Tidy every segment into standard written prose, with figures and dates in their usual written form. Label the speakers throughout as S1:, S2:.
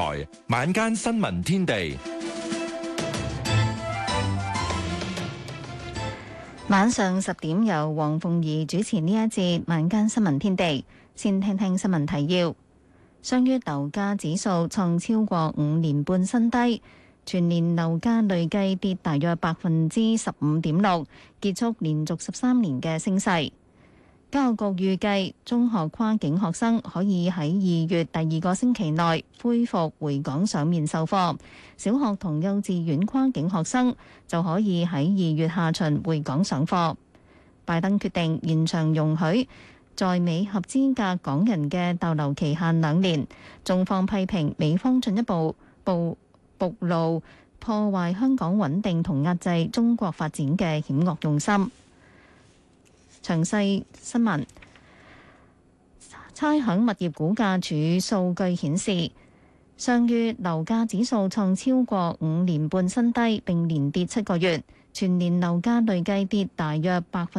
S1: 台晚間新聞天地。
S2: 晚上10點由黃鳳儀主持呢一節晚間新聞天地。先聽聽新聞提要。上月樓價指數創超過5年半新低，全年樓價累計跌大約15.6%，結束連續13年嘅升勢。教育局預計中學跨境學生可以喺2月第2個星期內恢復回港上面授課，小學同幼稚園跨境學生就可以喺2月下旬回港上課。拜登決定延長容許在美合資格港人嘅逗留期限2年，中方批評美方進一步暴露破壞香港穩定同壓制中國發展嘅險惡用心。詳細新聞。差餉物業估價署數據顯示，上月樓價指數創超過5年半新低，並連跌7個月，全年樓價累計跌大約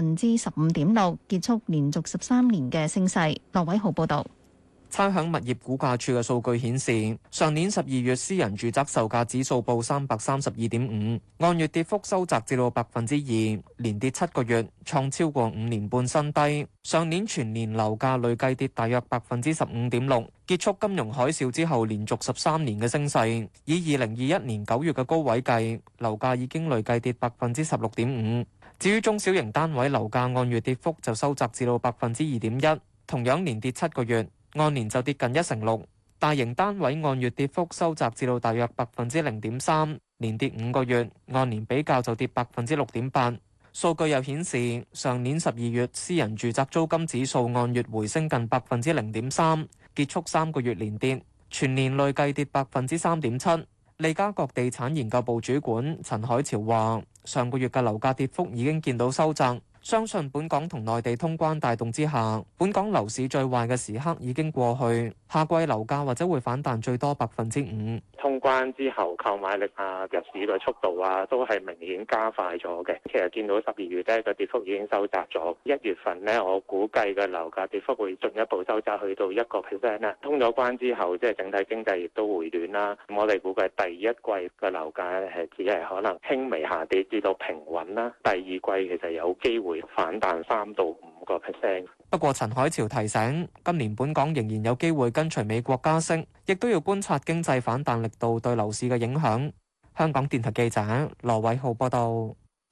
S2: 15.6%，結束連續13年嘅升勢。羅偉豪報導。
S3: 差餉物業估價署嘅數據顯示，上年12月私人住宅售價指數報332.5，按月跌幅收窄至到2%，連跌7個月，創超過5年半新低。上年全年樓價累計跌大約15.6%，結束金融海嘯之後連續13年嘅升勢。以2021年9月嘅高位計，樓價已經累計跌16.5%。至於中小型單位樓價按月跌幅就收窄至到2.1%，同樣連跌7個月。按年就跌近1成6，大型單位按月跌幅收窄至到大約0.3%，連跌5個月，按年比較就跌6.8%。數據又顯示，上年12月私人住宅租金指數按月回升近0.3%，結束3個月連跌，全年累計跌3.7%。利嘉閣地產研究部主管陳海潮話：上個月嘅樓價跌幅已經見到收窄。相信本港同內地通關帶動之下，本港樓市最壞嘅時刻已經過去，下季樓價或者會反彈最多5%。
S4: 通關之後購買力啊、入市嘅速度啊，都係明顯加快咗嘅。其實見到12月咧個跌幅已經收窄咗，1月份咧我估計嘅樓價跌幅會進一步收窄去到1%啦。通咗關之後，即係整體經濟亦都回暖啦。咁我哋估計第一季嘅樓價咧係只係可能輕微下跌至到平穩啦。第二季其實有機會反彈3到5%。
S3: 不過陳海潮提醒，今年本港仍然有機會跟隨美國加息，亦都要觀察經濟反彈力度對樓市嘅影響。香港電台記者羅偉浩報道。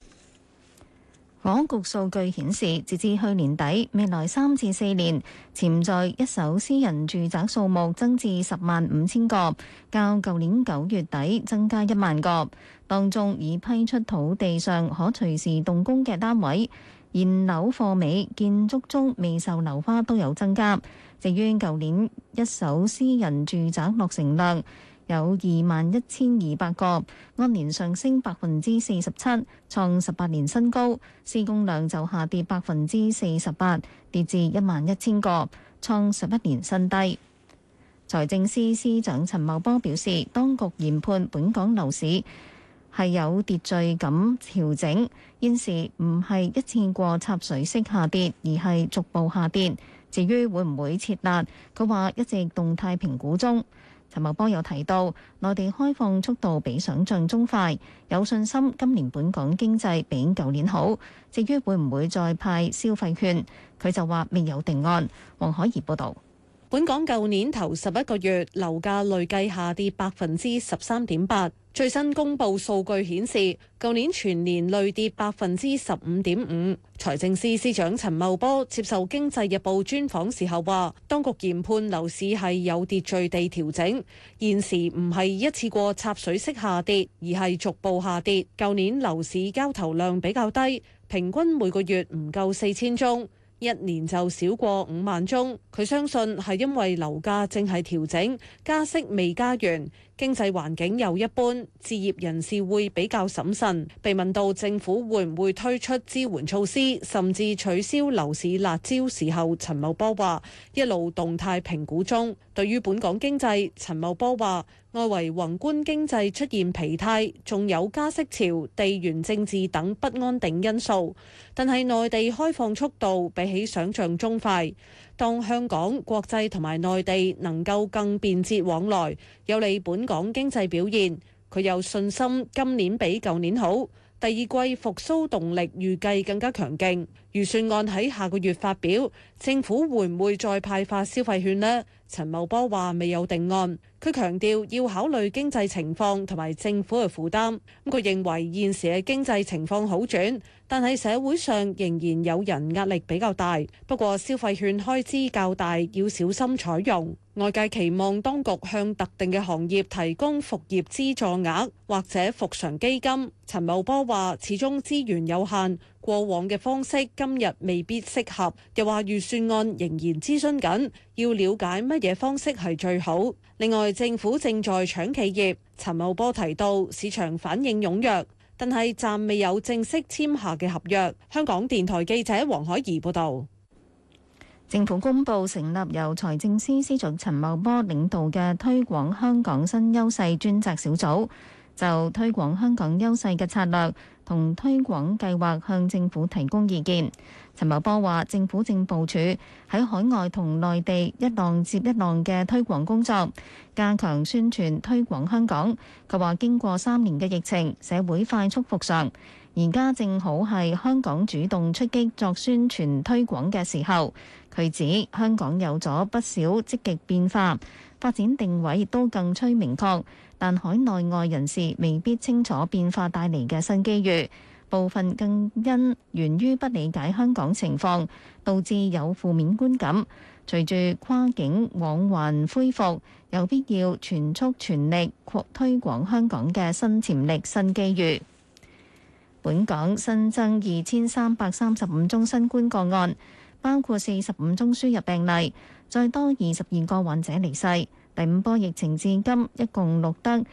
S2: 房屋局數據顯示，截至去年底，未來3至4年潛在一手私人住宅數目增至105000個，較舊年9月底增加1萬個。當中已批出土地上可隨時動工嘅單位，現樓貨尾、建築中未售樓花都有增加。至於舊年一手私人住宅落成量有21200個，按年上升47%，創18年新高。施工量就下跌48%，跌至11000個，創11年新低。財政司司長陳茂波表示，當局研判本港樓市係有秩序咁調整，現時唔係一次過插水式下跌，而係逐步下跌。至於會唔會撤辣，佢話一直動態評估中。陳茂波有提到，內地開放速度比想像中快，有信心今年本港經濟比舊年好。至於會唔會再派消費券，佢就話未有定案。黃海怡報導。
S5: 本港舊年頭11個月樓價累計下跌13.8%。最新公布數據顯示，舊年全年累跌15.5%。財政司司長陳茂波接受《經濟日報》專訪時候話，當局研判樓市係有秩序地調整，現時唔係一次過插水式下跌，而係逐步下跌。舊年樓市交投量比較低，平均每個月唔夠4000宗。一年就少過5萬宗，佢相信係因為樓價正係調整，加息未加完，經濟環境又一般，置業人士會比較審慎。被問到政府會唔會推出支援措施，甚至取消樓市辣招時候，陳茂波話一路動態評估中。對於本港經濟，陳茂波話外圍宏觀經濟出現疲態，仲有加息潮、地緣政治等不安定因素，但係內地開放速度比起想象中快。 當香港、國際同埋內地能夠更便捷往來，有利本港經濟表現。佢有信心今年比舊年好，第二季復甦動力預計更加強勁。預算案喺下個月發表，政府會唔會再派發消費券呢？陳茂波話未有定案，佢強調要考慮經濟情況同埋政府嘅負擔。佢認為現時嘅經濟情況好轉，但係社會上仍然有人壓力比較大。不過消費券開支較大，要小心採用。外界期望當局向特定嘅行業提供復業資助額或者復常基金。陳茂波話始終資源有限，過往嘅方式今日未必適合。又話預算案仍然諮詢緊，要了解乜嘢方式係最好。另外，政府正在搶企業。陳茂波提到市場反應踴躍，但係暫未有正式簽下嘅合約。香港電台記者黃海怡報導。
S2: 政府公布成立由財政司司長陳茂波領導嘅推廣香港新優勢專責小組，就推廣香港優勢嘅策略同推廣計劃向政府提供意見。陳茂波話：政府正部署喺海外同內地一浪接一浪嘅推廣工作，加強宣傳推廣香港。佢話經過3年嘅疫情，社會快速復常，而家正好係香港主動出擊作宣傳推廣嘅時候。佢指香港有咗不少積極變化，發展定位亦都更趨明確，但海內外人士未必清楚變化帶嚟嘅新機遇，部分更源於不理解香港情況，導致有負面觀感。隨住跨境往還恢復，有必要全速全力推廣香港嘅新潛力、新機遇。本港新增2335宗新冠個案，包括45宗輸入病例，再多22個患者離世。第5波疫情至今一共錄得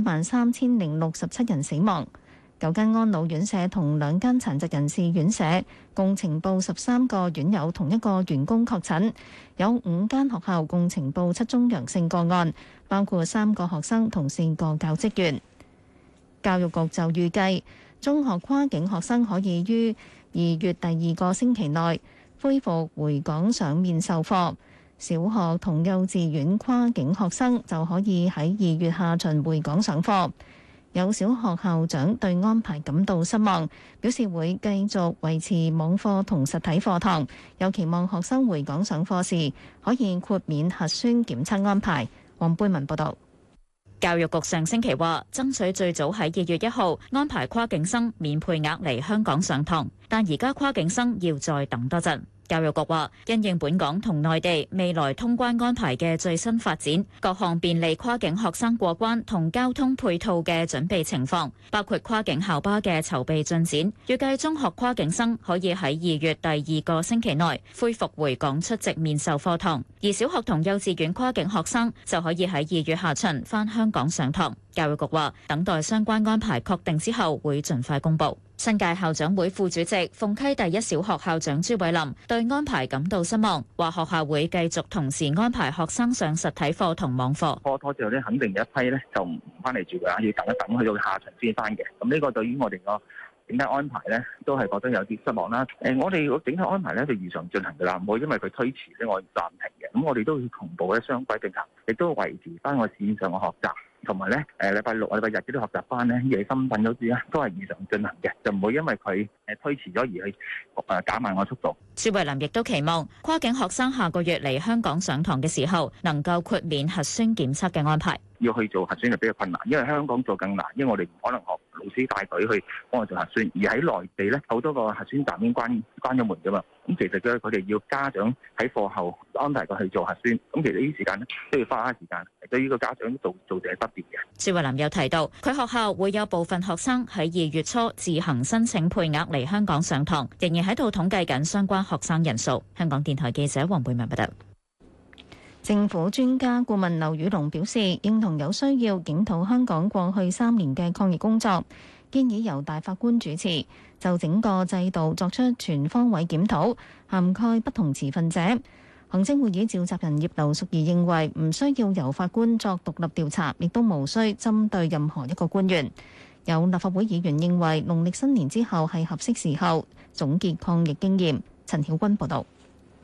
S2: 13067人死亡。9間安老院舍同2間殘疾人士院舍共呈報13個院友同1個員工確診，有5間學校共呈報7宗陽性個案，包括3個學生同4個教職員。教育局就預計中學跨境學生可以於2月第2個星期內恢復回港上面授課，小學同幼稚園跨境學生就可以喺2月下旬回港上課。有小學校長對安排感到失望，表示會繼續維持網課同實體課堂，有期望學生回港上課時可以豁免核酸檢測安排。黃貝文報導。
S6: 教育局上星期話，爭取最早喺2月1號安排跨境生免配額嚟香港上堂，但而家跨境生要再等多陣。教育局話，因應本港同內地未來通關安排嘅最新發展，各項便利跨境學生過關同交通配套嘅準備情況，包括跨境校巴嘅籌備進展，預計中學跨境生可以喺2月第2個星期內恢復回港出席面授課堂，而小學同幼稚園跨境學生就可以喺2月下旬返香港上堂。教育局話，等待相關安排確定之後，會盡快公佈。新界校長會副主席鳳溪第一小學校長朱偉林對安排感到失望，話學校會繼續同時安排學生上實體課同網課。
S7: 拖之後咧，肯定有一批咧就唔翻嚟住㗎，要等一等去到下旬先翻嘅。咁呢個對於我哋個整體安排咧，都係覺得有啲失望啦。我哋個整體安排咧就如常進行㗎啦，唔會因為佢推遲咧我暫停嘅。咁我哋都要同步咧雙軌並行，亦都維持翻我線上嘅學習。同埋咧，禮拜六、禮拜日嗰啲學習班咧，夜深瞓嗰啲咧，都係如常進行嘅，就唔會因為佢推遲咗而去減慢我速度。
S6: 朱慧琳亦都期望跨境學生下個月嚟香港上堂嘅時候，能夠豁免核酸檢測嘅安排。
S7: 要去做核酸係比較困難，因為香港做更難，因為我哋唔可能學老師帶隊去幫我做核酸，而喺內地咧，好多個核酸站已經關咗門㗎嘛。咁其實佢哋要家長喺課後安排佢去做核酸，咁其實呢啲時間咧都要花時間，對於個家長做者不便嘅。
S6: 朱慧琳又提到，佢學校會有部分學生喺2月初自行申請配額嚟香港上堂，仍然喺度統計緊相關學生人數。香港電台記者黃貝文報道。
S2: 政府專家顧問劉宇龍表示，認同有需要檢討香港過去3年嘅抗疫工作，建議由大法官主持，就整個制度作出全方位檢討，涵蓋不同持份者。行政會議召集人葉劉淑儀認為，唔需要由法官作獨立調查，亦都無需針對任何一個官員。有立法會議員認為，農曆新年之後係合適時候總結抗疫經驗。陳曉君報導。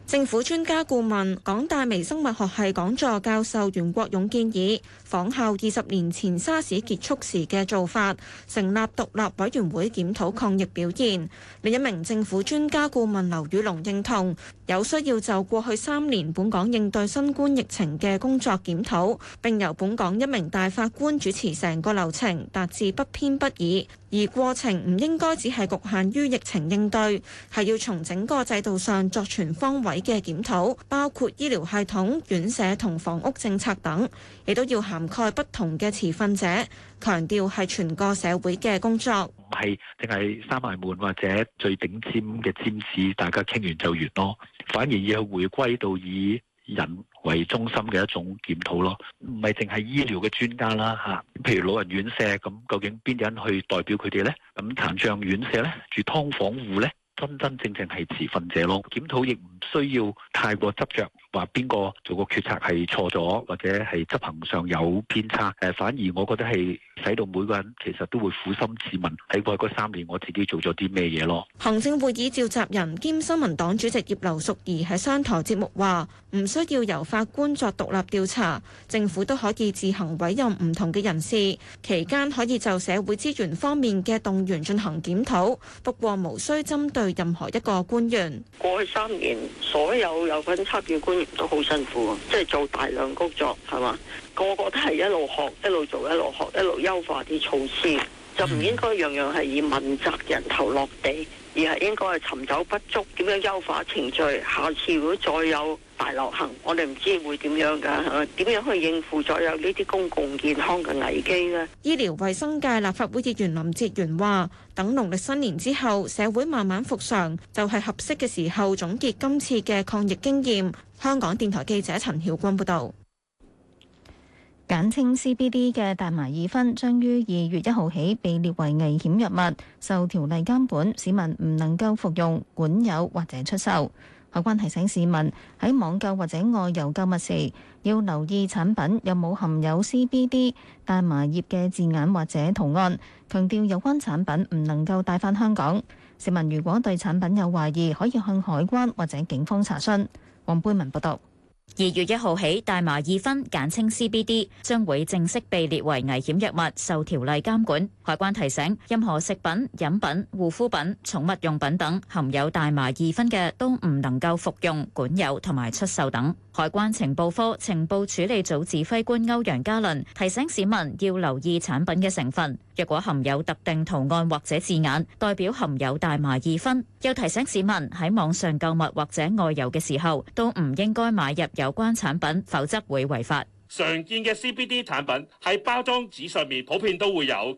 S8: 政府專家顧問、港大微生物學系講座教授袁國勇建議，仿效20年前沙士結束時嘅做法，成立獨立委員會檢討抗疫表現。另一名政府專家顧問劉宇龍認同，有需要就過去3年本港應對新冠疫情嘅工作檢討，並由本港一名大法官主持成個流程，達至不偏不倚。而過程唔應該只係局限於疫情應對，係要從整個制度上作全方位嘅檢討，包括醫療系統、院舍同房屋政策等，亦都要涵蓋不同嘅持份者，強調係全個社會嘅工作，
S9: 唔係淨係閂埋門或者最頂尖嘅尖子，大家傾完就完咯，反而要回歸到以人為中心嘅一種檢討咯，唔係淨係醫療嘅專家啦嚇，譬如老人院舍咁，究竟邊人去代表佢哋呢？咁殘障院舍呢，住劏房戶呢，真真正正係持份者咯。檢討亦唔需要太過執着，話邊個做個決策係錯咗，或者係執行上有偏差。反而我覺得係使到每個人其實都會苦心自問，喺過去嗰3年我自己做咗啲咩嘢咯。
S8: 行政會議召集人兼新民黨主席葉劉淑儀喺商台節目話：唔需要由法官作獨立調查，政府都可以自行委任唔同嘅人士，期間可以就社會資源方面嘅動員進行檢討，不過無需針對任何一個官員。
S10: 過去3年，所有份參與官員都好辛苦，即係做大量工作，係嘛？個個都係一路學，一路做，一路學，一路優化啲措施，就唔應該樣樣係以問責人頭落地，而係應該係尋找不足，點樣優化程序。下次如果再有大流行，我哋唔知會點樣㗎，點樣去應付再有呢啲公共健康嘅危機呢？
S8: 醫療衛生界立法會議員林哲玄話：等農曆新年之後，社會慢慢復常，就係合適嘅時候總結今次嘅抗疫經驗。香港電台記者陳曉君報導。
S2: 簡稱 CBD 嘅大麻二酚將於2月1號起被列為危險藥物，受條例監管，市民唔能夠服用、管有或者出售。海關提醒市民喺網購或者外遊購物時，要留意產品有冇含有 CBD 大麻葉嘅字眼或者圖案，強調有關產品唔能夠帶返香港。市民如果對產品有懷疑，可以向海關或者警方查詢。黃貝文報道。
S6: 2月1號起，大麻二酚簡稱 CBD 將會正式被列為危險藥物，受條例監管。海關提醒，任何食品、飲品、護膚品、寵物用品等含有大麻二酚嘅，都唔能夠服用、管有同埋出售等。海關情報科情報處理組指揮官歐陽嘉倫提醒市民要留意產品嘅成分，若果含有特定圖案或者字眼，代表含有大麻二酚。又提醒市民喺網上購物或者外遊嘅時候，都唔應該買入有關產品，否則會違法。
S11: 常見嘅 CBD 產品喺包裝紙上面普遍都會有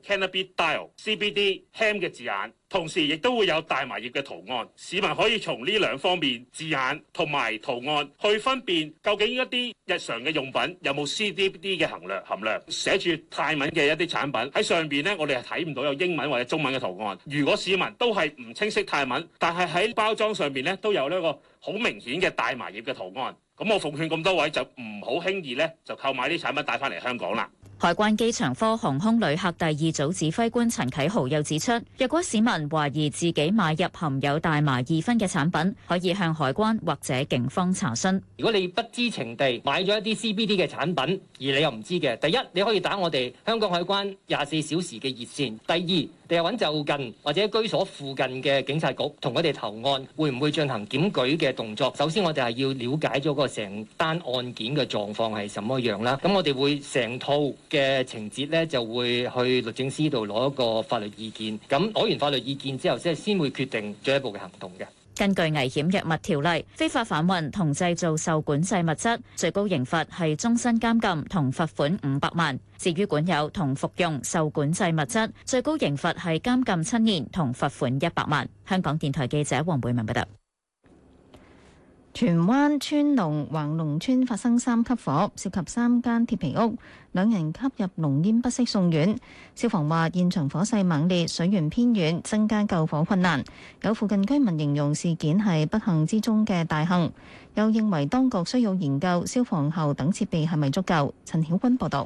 S11: cannabidiol、CBD、hemp 嘅字眼，同時亦都會有大麻葉嘅圖案。市民可以從呢兩方面字眼同埋圖案去分辨究竟一啲日常嘅用品有冇 CBD 嘅含量。寫住泰文嘅一啲產品喺上邊呢，我哋係睇唔到有英文或者中文嘅圖案。如果市民都係唔清晰泰文，但係喺包裝上邊呢都有呢個好明顯嘅大麻葉嘅圖案。咁我奉勸咁多位就唔好輕易咧就購買啲產品帶翻嚟香港啦。
S6: 海關機場科航空旅客第2組指揮官陳啟豪又指出，若果市民懷疑自己買入含有大麻二酚嘅產品，可以向海關或者警方查詢。
S12: 如果你不知情地買咗一啲 CBD 嘅產品，而你又唔知嘅，第一你可以打我哋香港海關24小時嘅熱線，第二你係揾就近或者居所附近嘅警察局同佢哋投案，會唔會進行檢舉嘅動作？首先我哋係要了解咗個成單案件嘅狀況係什麼樣啦。咁我哋會成套嘅情節咧，就會去律政司度攞一個法律意見。咁攞完法律意見之後，先會決定進一步嘅行動嘅。
S6: 根據危險藥物條例，非法販運同製造受管制物質，最高刑罰係終身監禁同罰款500萬。至於管有同服用受管制物質，最高刑罰係監禁7年同罰款100萬。香港電台記者黃貝文報道。荃灣川龍橫龍村發生3級火，涉及3間鐵皮屋，2人吸入濃煙不適送院。消防話現場火勢猛烈，水源偏遠，增加救火困難。有附近居民形容事件係不幸之中嘅大幸，又認為當局需要研究消防喉等設備係咪足夠。陳曉君報導。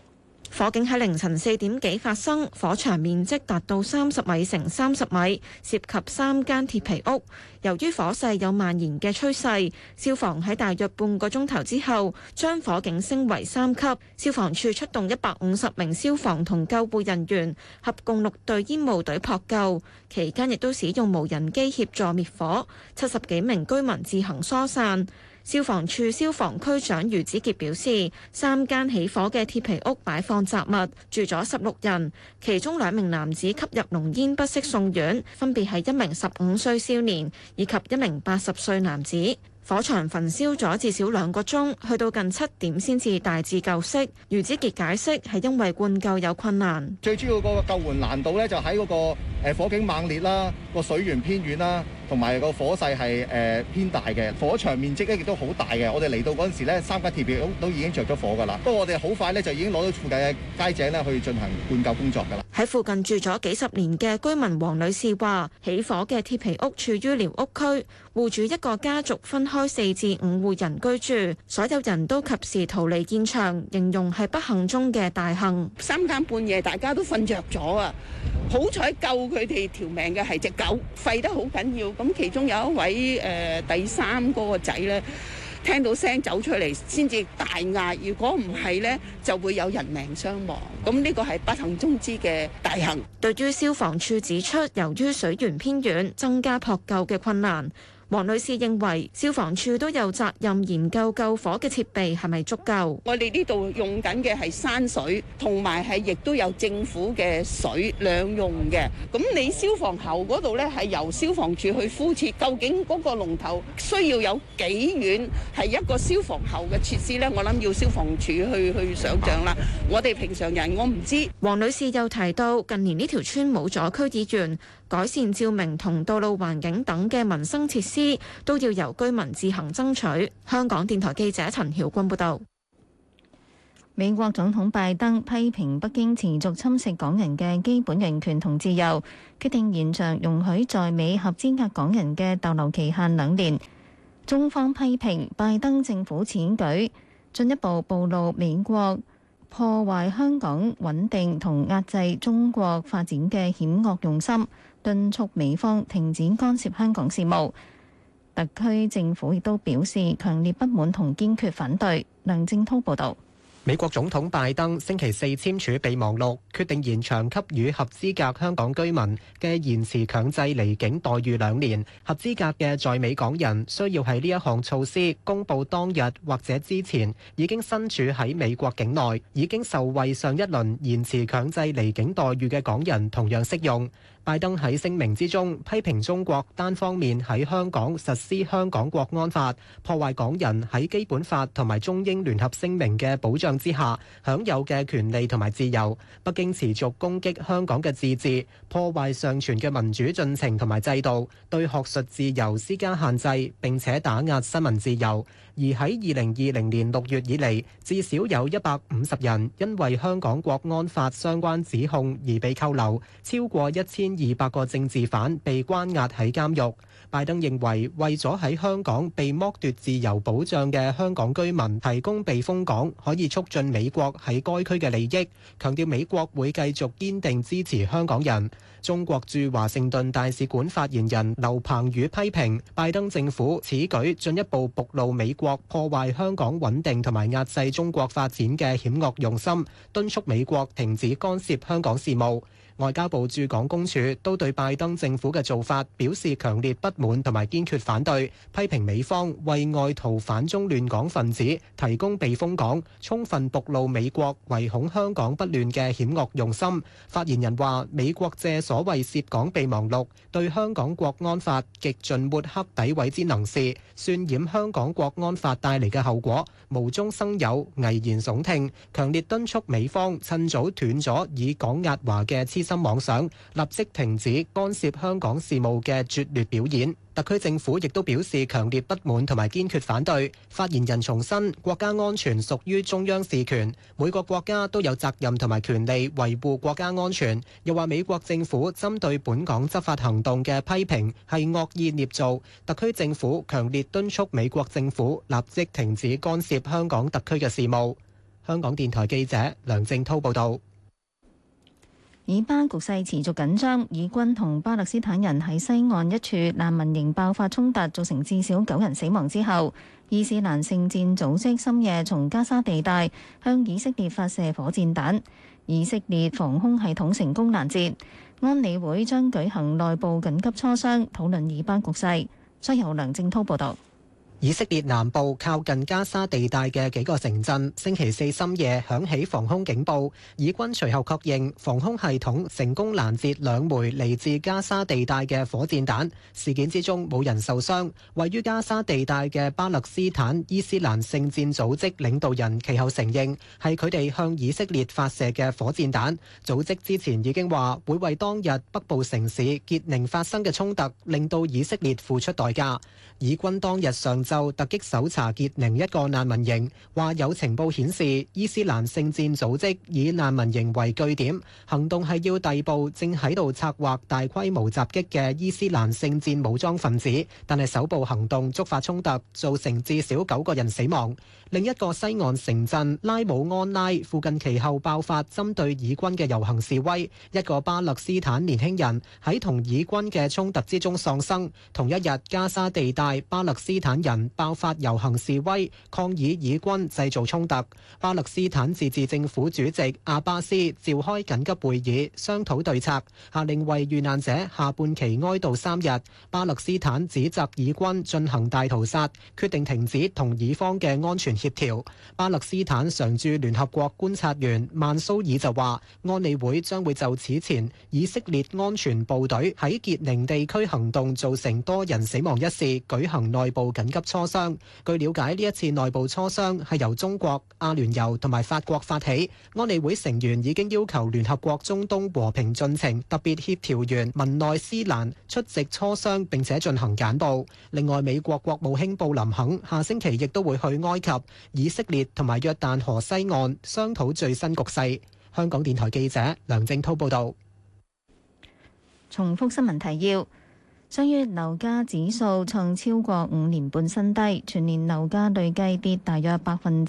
S8: 火警喺凌晨4點幾發生，火場面積達到30米乘30米，涉及3間鐵皮屋。由於火勢有蔓延嘅趨勢，消防喺大約半個鐘頭之後將火警升為3級。消防處出動150名消防同救護人員，合共6隊煙霧隊撲救。期間亦都使用無人機協助滅火，70幾名居民自行疏散。消防處消防區長余子傑表示，3間起火嘅鐵皮屋擺放雜物，住咗16人，其中2名男子吸入濃煙不適送院，分別係1名15歲少年以及1名80歲男子。火場焚燒咗至少2個鐘，去到近7點先至大致救熄。余子傑解釋係因為灌救有困難，
S13: 最主要嗰個救援難度咧就喺嗰個火警猛烈啦，個水源偏遠啦，同埋個火勢係偏大嘅，火場面積咧亦都好大嘅。我哋嚟到嗰陣時咧，3間鐵皮屋都已經着咗火㗎啦。不過我哋好快咧就已經攞到附近嘅街井咧去進行灌救工作㗎啦。
S8: 喺附近住咗幾十年嘅居民黃女士話：起火嘅鐵皮屋處於寮屋區，戶主一個家族分開4至5戶人居住，所有人都及時逃離現場，形容係不幸中嘅大幸。
S14: 3更半夜大家都瞓着咗啊！好彩救佢哋條命嘅係隻狗，吠得好緊要。咁其中有一位第3嗰個仔呢，聽到聲走出嚟先至大嗌，如果唔係呢，就會有人命傷亡。咁呢個係不幸中之嘅大幸。
S8: 對於消防處指出，由於水源偏遠，增加撲救嘅困難。黃女士認為消防處都有責任研究救火嘅設備係咪足夠。
S14: 我哋呢度用緊嘅係山水，同埋係亦都有政府嘅水兩用嘅。咁你消防喉嗰度呢，係由消防處去敷設，究竟嗰個龍頭需要有幾遠係一個消防喉嘅設施呢？我諗要消防處去想像啦。我哋平常人我唔知。
S8: 黃女士又提到，近年呢條村冇咗區議員，改善照明同道路環境等嘅民生設施都要由居民自行爭取。香港電台記者陳曉君報導。
S2: 美國總統拜登批評北京持續侵蝕港人嘅基本人權同自由，決定延長容許在美合資格港人嘅逗留期限2年。中方批評拜登政府此舉進一步暴露美國破壞香港穩定同壓制中國發展嘅險惡用心，敦促美方停止干涉香港事務。特區政府亦都表示強烈不滿同堅決反對。梁正滔報導。
S15: 美國總統拜登星期4簽署備忘錄，決定延長給予合資格香港居民嘅延遲強制離境待遇2年。合資格嘅在美港人需要喺呢一項措施公佈當日或者之前已經身處喺美國境內，已經受惠上一輪延遲強制離境待遇嘅港人同樣適用。拜登喺聲明之中批評中國單方面喺香港實施香港國安法，破壞港人喺基本法同埋中英聯合聲明嘅保障之下享有嘅權利同埋自由。北京持續攻擊香港嘅自治，破壞尚存嘅民主進程同埋制度，對學術自由施加限制，並且打壓新聞自由。而喺2020年6月以嚟，至少有150人因為香港國安法相關指控而被扣留，超過1200個政治犯被關押喺監獄。拜登認為，為咗喺香港被剝奪自由保障嘅香港居民提供避風港，可以促進美國喺該區嘅利益，強調美國會繼續堅定支持香港人。中國駐華盛頓大使館發言人劉鵬宇批評拜登政府此舉進一步暴露美國破壞香港穩定同埋壓制中國發展嘅險惡用心，敦促美國停止干涉香港事務。外交部駐港公署都對拜登政府嘅做法表示強烈不滿同埋堅決反對，批評美方為外逃反中亂港分子提供避風港，充分暴露美國唯恐香港不亂嘅險惡用心。發言人話：美國借所謂涉港備忘錄，對香港國安法極盡抹黑詆毀之能事，渲染香港國安法帶嚟嘅後果，無中生有，危言聳聽。強烈敦促美方趁早斷咗以港壓華嘅痴心妄想，立即停止干涉香港事務嘅拙劣表演。特區政府亦都表示強烈不滿同埋堅決反對。發言人重申，國家安全屬於中央事權，每個國家都有責任同埋權利維護國家安全。又話美國政府針對本港執法行動嘅批評係惡意捏造，特區政府強烈敦促美國政府立即停止干涉香港特區嘅事務。 香港電台記者梁正滔報導。
S2: 以巴局勢持續緊張，以軍同巴勒斯坦人喺西岸一處難民營爆發衝突，造成至少9人死亡之後，伊斯蘭聖戰組織深夜從加沙地帶向以色列發射火箭彈，以色列防空系統成功攔截。安理會將舉行內部緊急磋商，討論以巴局勢。再由梁正滔報導。
S15: 以色列南部靠近加沙地帶嘅幾個城鎮，星期四深夜響起防空警報，以軍隨後確認防空系統成功攔截2枚嚟自加沙地帶嘅火箭彈。事件之中冇人受傷。位於加沙地帶嘅巴勒斯坦伊斯蘭聖戰組織領導人其後承認係佢哋向以色列發射嘅火箭彈。組織之前已經話會為當日北部城市傑寧發生嘅衝突令到以色列付出代價。以軍當日上就突擊搜查傑寧一個難民營，話有情報顯示伊斯蘭聖戰組織以難民營為據點，行動係要逮捕正喺度策劃大規模襲擊嘅伊斯蘭聖戰武裝分子，但係首部行動觸發衝突，造成至少9個人死亡。另一個西岸城鎮拉姆安拉附近其後爆發針對以軍嘅遊行示威，一個巴勒斯坦年輕人喺同以軍嘅衝突之中喪生。同一日，加沙地帶巴勒斯坦人爆發遊行示威，抗議以軍製造衝突。巴勒斯坦自治政府主席阿巴斯召開緊急會議商討對策，下令為遇難者下半旗哀悼3日。巴勒斯坦指責以軍進行大屠殺，決定停止同以方嘅安全協調。巴勒斯坦常駐聯合國觀察員曼蘇爾就話，安理會將會就此前以色列安全部隊喺傑寧地區行動造成多人死亡一事舉行內部緊急磋商。據了解，呢一次內部磋商係由中國、阿聯酋同埋法國發起。安理會成員已經要求聯合國中東和平進程特別協調員文內斯蘭出席磋商並且進行簡報。另外，美國國務卿布林肯下星期亦都會去埃及、以色列同埋約旦河西岸商討最新局勢。香港電台記者梁正滔報導。
S2: 重複新聞提要。上月樓價指數創超過5年半新低，全年樓價累計跌大約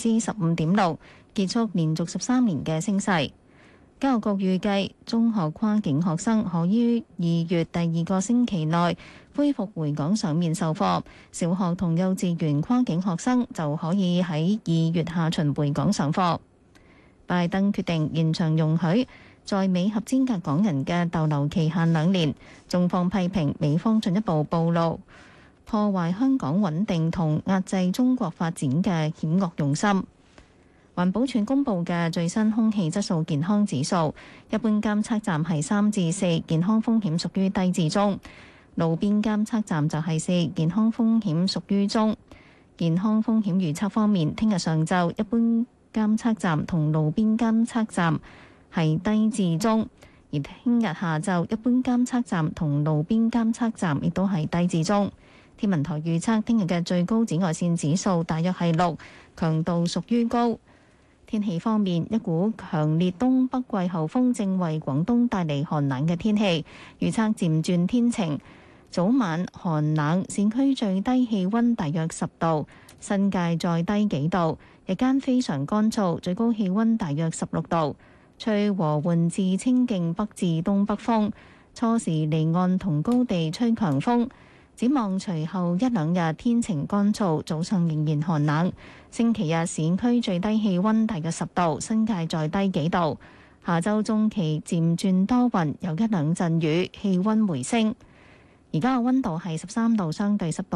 S2: 15.6%，結束連續13年嘅升勢。教育局預計中學跨境學生可於2月第2個星期內恢復回港上面授課，小學同幼稚園跨境學生就可以喺2月下旬回港上課。拜登決定延長容許在美合資格港人嘅逗留期限2年，中方批評美方進一步暴露破壞香港穩定同壓制中國發展嘅險惡用心。環保署公布嘅最新空氣質素健康指數，一般監測站係3至4，健康風險屬於低至中；路邊監測站就係4，健康風險屬於中。健康風險預測方面，聽日上晝一般監測站同路邊監測站係低至中，而聽日下晝一般監測站同路邊監測站亦都係低至中。天文台預測聽日嘅最高紫外線指數大約係6，強度屬於高。天氣方面，一股強烈東北季候風正為廣東帶嚟寒冷嘅天氣，預測漸轉天晴，早晚寒冷，市區最低氣溫大約10度，新界再低幾度，日間非常乾燥，最高氣溫大約16度。吹和緩至清勁北至東北風，初時離岸同高地吹強風。展望隨後1-2日天晴乾燥，早上仍然寒冷。星期日市區最低氣溫大約10度，新界再低幾度。下週中期漸轉多雲，有1-2陣雨，氣溫回升。而家嘅溫度係13度，相對濕度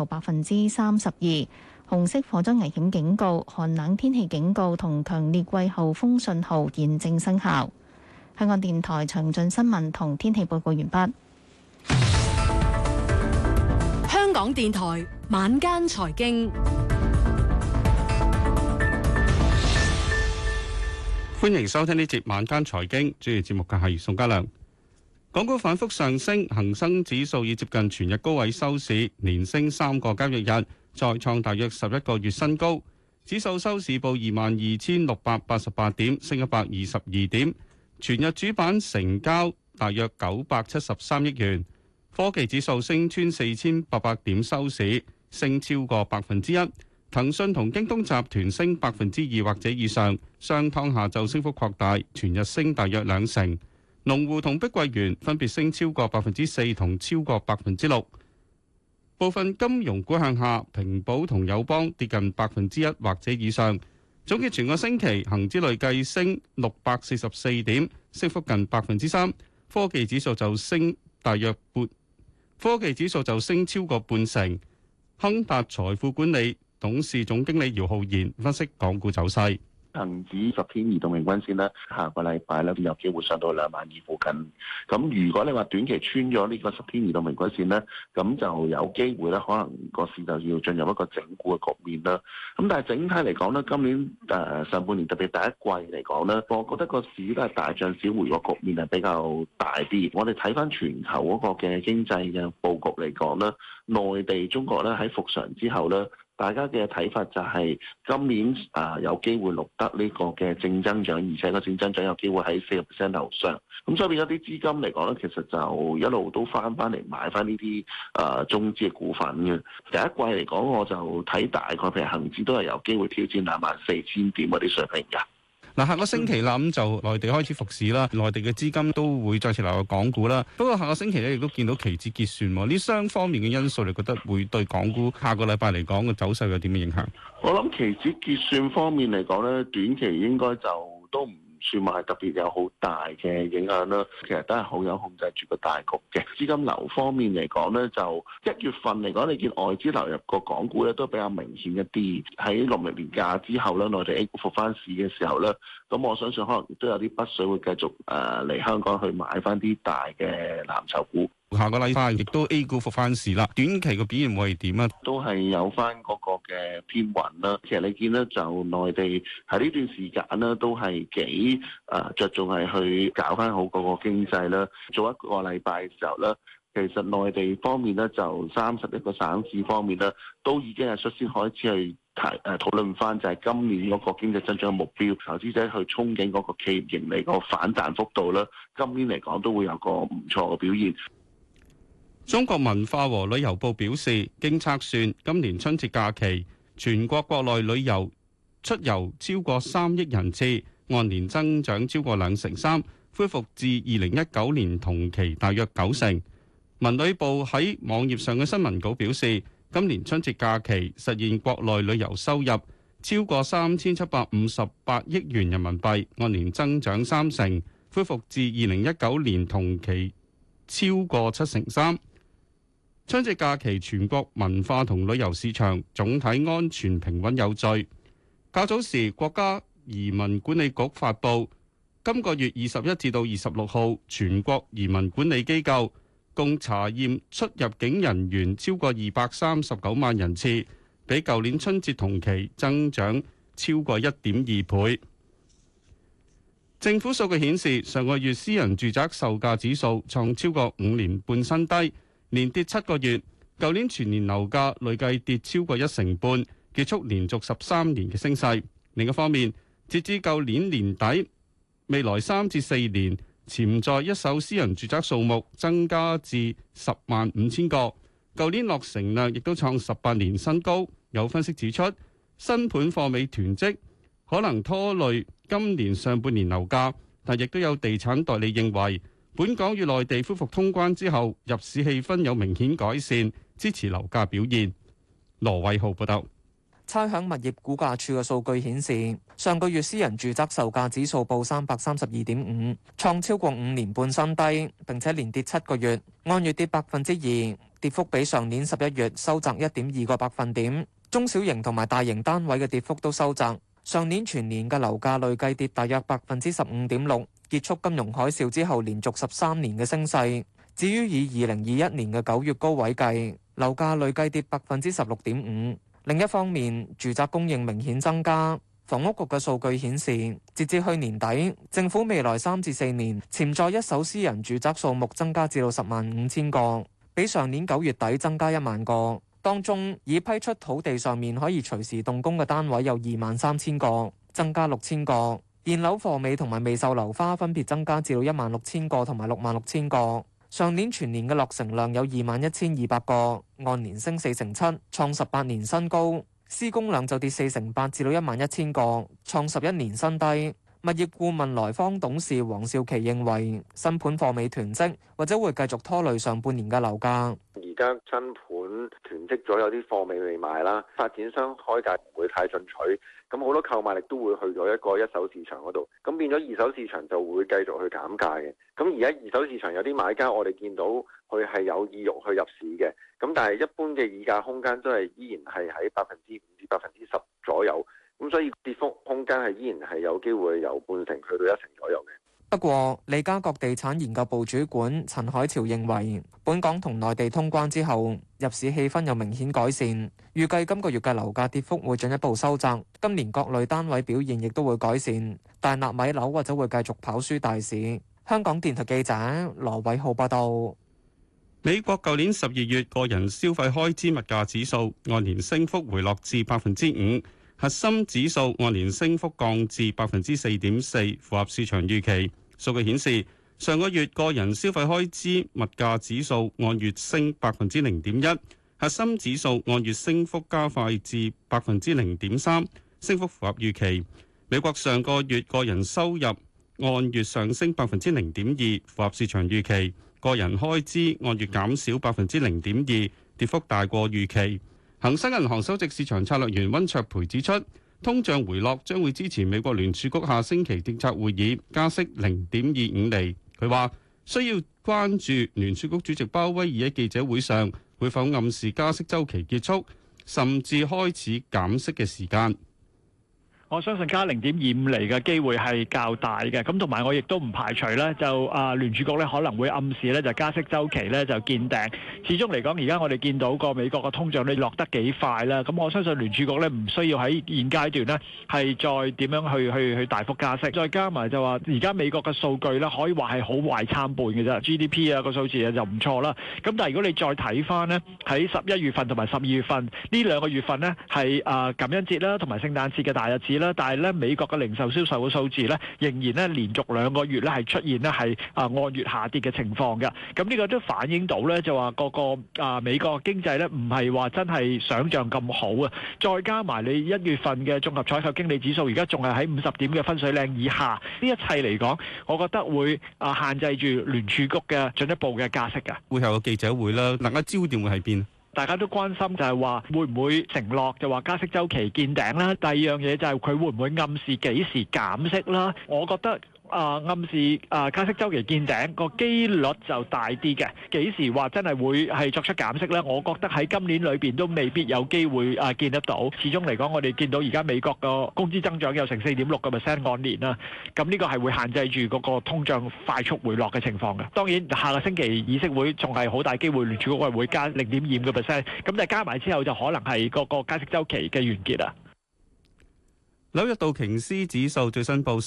S2: 32%。紅色火災危險警告、寒冷天氣警告同強烈季候風信號現正生效。香港電台詳盡新聞同天氣報告完畢。
S5: 香港電台晚間財經，
S16: 歡迎收聽呢節晚間財經，主持節目嘅係宋家良。港股反覆上升，恒生指數已接近全日高位收市，連升3個交易日，再創大約11個月新高。指數收市報22,688點，升122點。全日主板成交大約973億元。科技指數升穿4800點收市，升超過1%。 騰訊同京東集團升2%或者以上，商湯下晝升幅擴大，全日升大約2成。龍湖同碧桂園分別升超過4%同超過6%。部分金融股向下，平保同友邦跌近1%或者以上。總結全個星期，恒指累計升644點，升幅近3%。科技指數就升超過半成。亨達財富管理董事總經理姚浩然分析港股走勢。
S17: 恒指10天移動平均線呢，下個禮拜咧有機會上到22000附近。咁如果你話短期穿咗呢個10天移動平均線呢，咁就有機會咧，可能個市就要進入一個整固嘅局面啦。咁但係整體嚟講呢，今年上半年特別第一季嚟講呢，我覺得個市都係大漲小回個局面係比較大啲。我哋睇翻全球嗰個嘅經濟嘅佈局嚟講呢，內地中國咧喺復常之後呢，大家嘅睇法就係今年有機會錄得呢個嘅正增長，而且個正增長有機會喺4% 樓上。咁所以變咗啲資金嚟講咧，其實就一路都翻嚟買翻呢啲中資嘅股份嘅。第一季嚟講，我就睇大概譬如恒指都係有機會挑戰24000點嗰啲水平㗎。
S16: 嗱，下個星期啦，咁就內地開始復市啦，內地嘅資金都會再次流入港股啦。不過下個星期咧，亦都見到期指結算喎，呢雙方面嘅因素，你覺得會對港股下個禮拜嚟講嘅走勢有點嘅影響？
S17: 我諗期指結算方面嚟講咧，短期應該就都唔算話係特別有好大嘅影響啦。其實都係好有控制住個大局嘅。資金流方面嚟講咧，就1月份嚟講，你見外資流入個港股咧都比較明顯一啲。喺農曆年假之後咧，內地 A 股復翻市嘅時候咧，咁我相信可能亦都有啲北水會繼續嚟香港去買翻啲大嘅藍籌股。
S16: 下個禮拜亦都 A 股復翻市啦，短期個表現會係點啊？
S17: 都係有翻嗰個嘅偏穩啦。其實你見咧，就內地喺呢段時間咧，都係幾着重係去搞翻好嗰個經濟啦。做一個禮拜嘅時候咧，其實內地方面咧，就31個省市方面咧，都已經係率先開始去討論翻，就係今年嗰個經濟增長嘅目標，投資者去憧憬嗰個企業盈利個反彈幅度啦。今年嚟講都會有個唔錯嘅表現。
S16: 中國文化和旅遊部表示，經測算，今年春節假期全國國內旅遊出遊超過3億人次，按年增長超過2.3%，恢復至2019年同期大約90%。文旅部喺網頁上嘅新聞稿表示，今年春節假期實現國內旅遊收入超過3758億元人民幣，按年增長3%，恢復至2019年同期超過73%。春節假期全國文化同旅遊市場總體安全平穩有序。較早時，國家移民管理局發布，今個月21至到26號，全國移民管理機構共查驗出入境人員超過239萬人次，比舊年春節同期增長超過1.2倍。政府數據顯示，上個月私人住宅售價指數創超過5年半新低，連跌7個月，舊年全年樓價累計跌超過1.5%，結束連續13年嘅升勢。另一方面，截至舊年年底，未來3至4年潛在一手私人住宅數目增加至105000個，舊年落成量亦都創18年新高。有分析指出，新盤貨尾囤積可能拖累今年上半年樓價，但亦都有地產代理認為，本港與內地恢復通關之後，入市氣氛有明顯改善，支持樓價表現。羅偉浩報道。
S3: 差餉物業估價署嘅數據顯示，上個月私人住宅售價指數報332.5，創超過5年半新低，並且連跌7個月，按月跌2%，跌幅比上年11月收窄1.2個百分點。中小型同埋大型單位嘅跌幅都收窄。上年全年嘅樓價累計跌大約15.6%，結束金融海嘯之後連續13年嘅升勢。至於以2021年嘅9月高位計，樓價累計跌16.5%。另一方面，住宅供應明顯增加。房屋局嘅數據顯示，截至去年底，政府未來3至4年潛在一手私人住宅數目增加至到105000個，比上年9月底增加1萬個。當中已批出土地上面可以隨時動工嘅單位有23000個，增加6000個。現樓貨尾同埋未售樓花分別增加至到16000個同埋66000個。上年全年嘅落成量有21200個，按年升4.7%，創18年新高。 施工量就跌48%至到11000個，創11年新低。物業顧問來方董事黃少琪認為，新盤貨尾囤積，或者會繼續拖累上半年嘅樓價。
S18: 而家新盤囤積咗，有啲貨尾未賣啦，發展商開價唔會太進取，咁好多購買力都會去咗一個一手市場嗰度，咁變咗二手市場就會繼續去減價嘅。咁而家二手市場有啲買家，我哋見到佢係有意欲去入市嘅，咁但係一般嘅議價空間都係依然係喺5%至10%左右。咁所以跌幅空間係依然係有機會由半成去到1成左右嘅。
S3: 不過，利嘉閣地產研究部主管陳海潮認為，本港同內地通關之後，入市氣氛有明顯改善，預計今個月嘅樓價跌幅會進一步收窄。今年各類單位表現亦都會改善，但納米樓或者會繼續跑輸大市。香港電台記者羅偉浩報道。
S16: 美國舊年12月個人消費開支物價指數按年升幅回落至5%。核心指數按年升幅降至4.4%，符合市場預期。數據顯示，上個月個人消費開支物價指數按月升0.1%，核心指數按月升幅加快至0.3%，升幅符合預期。美國上個月個人收入按月上升0.2%，符合市場預期。個人開支按月減少0.2%，跌幅大過預期。恒生銀行首席市場策略員溫卓培指出，通脹回落將會支持美國聯儲局下星期政策會議加息0.25厘。佢話需要關注聯儲局主席鮑威爾喺記者會上會否暗示加息週期結束，甚至開始減息嘅時間。
S19: 我相信加0.25厘嘅機會係較大嘅，咁同埋我亦都唔排除咧，就聯儲局咧可能會暗示咧就加息週期咧就見頂。始終嚟講，而家我哋見到個美國嘅通脹率落得幾快啦，咁我相信聯儲局咧唔需要喺現階段咧係再點樣去大幅加息。再加埋就話而家美國嘅數據咧可以話係好壞參半嘅啫 ，GDP 啊個數字就唔錯啦。咁但係如果你再睇翻呢，喺11月份同埋12月份呢兩個月份呢，係感恩節啦同埋聖誕節嘅大日子。但係咧，美國嘅零售銷售嘅數字咧，仍然咧連續2個月咧係出現咧係按月下跌嘅情況嘅。咁呢個都反映到咧，就話個美國經濟咧唔係話真係想像咁好啊。再加埋你1月份嘅綜合採購經理指數，而家仲係喺50點嘅分水嶺以下。呢一切嚟講，我覺得會限制住聯儲局嘅進一步嘅加息嘅。
S16: 會後嘅記者會啦，大家焦點會喺邊？
S19: 大家都關心就係話會唔會承諾就話加息週期見頂啦。第二樣嘢就係佢會唔會暗示幾時減息啦？我覺得暗示加息週期見頂個機率就大啲嘅。幾時話真係會係作出減息呢？我覺得喺今年裏邊都未必有機會見得到。始終嚟講，我哋見到而家美國個工資增長有成4.6% 按年啦。咁呢個係會限制住嗰個通脹快速回落嘅情況嘅。當然下個星期議息會仲係好大機會聯儲局會加0.25%。咁但係加埋之後就可能係個加息週期嘅完結啊。
S16: 紐約道瓊斯指數最新報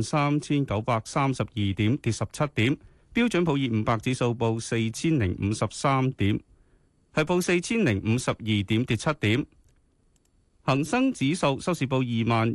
S16: 33,932點，跌17點。標準普爾500指數報4,053點，係報4,052點，跌7點。恒生指數收市報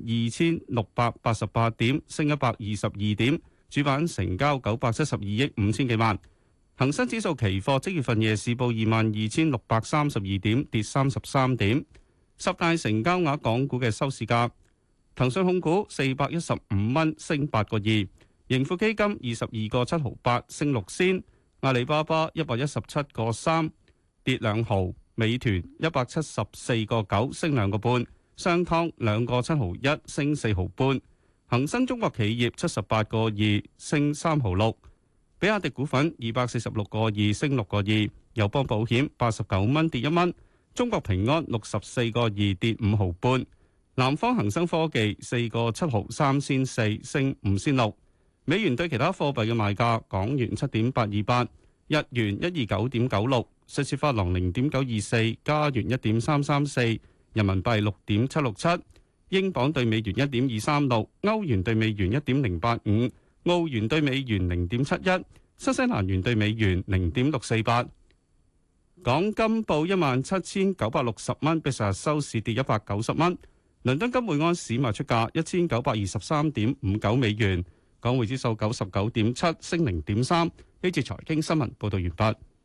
S16: 22,688點，升122點。主板成交972億5千幾萬。恒生指數期貨即月份夜市報22,632點，跌33點。十大成交額港股嘅收市價。騰訊控股415蚊，升8個2；盈富基金22個7毫8，升6仙；阿里巴巴117個3，跌2毫；美團174個9，升2個半；商湯2個7毫1，升4毫半；恒生中國企業78個2，升3毫6；比亞迪股份246個2，升6個2；友邦保險89蚊，跌1蚊；中國平安64個2，跌5毫半。南方恒生科技4個7毫3仙4，升5仙6。美元對其他貨幣嘅賣價：港元7.828，日元129.96，瑞士法郎0.924，加元1.334，人民幣6.767，英鎊對美元1.236，歐元對美元1.085，澳元對美元0.71，新西蘭元對美元0.648。港金報17,960蚊，比上日收市跌190蚊。倫敦金每安士賣出價1923.59美元，港匯指數99.7升0.3。呢節財經新聞報道完畢。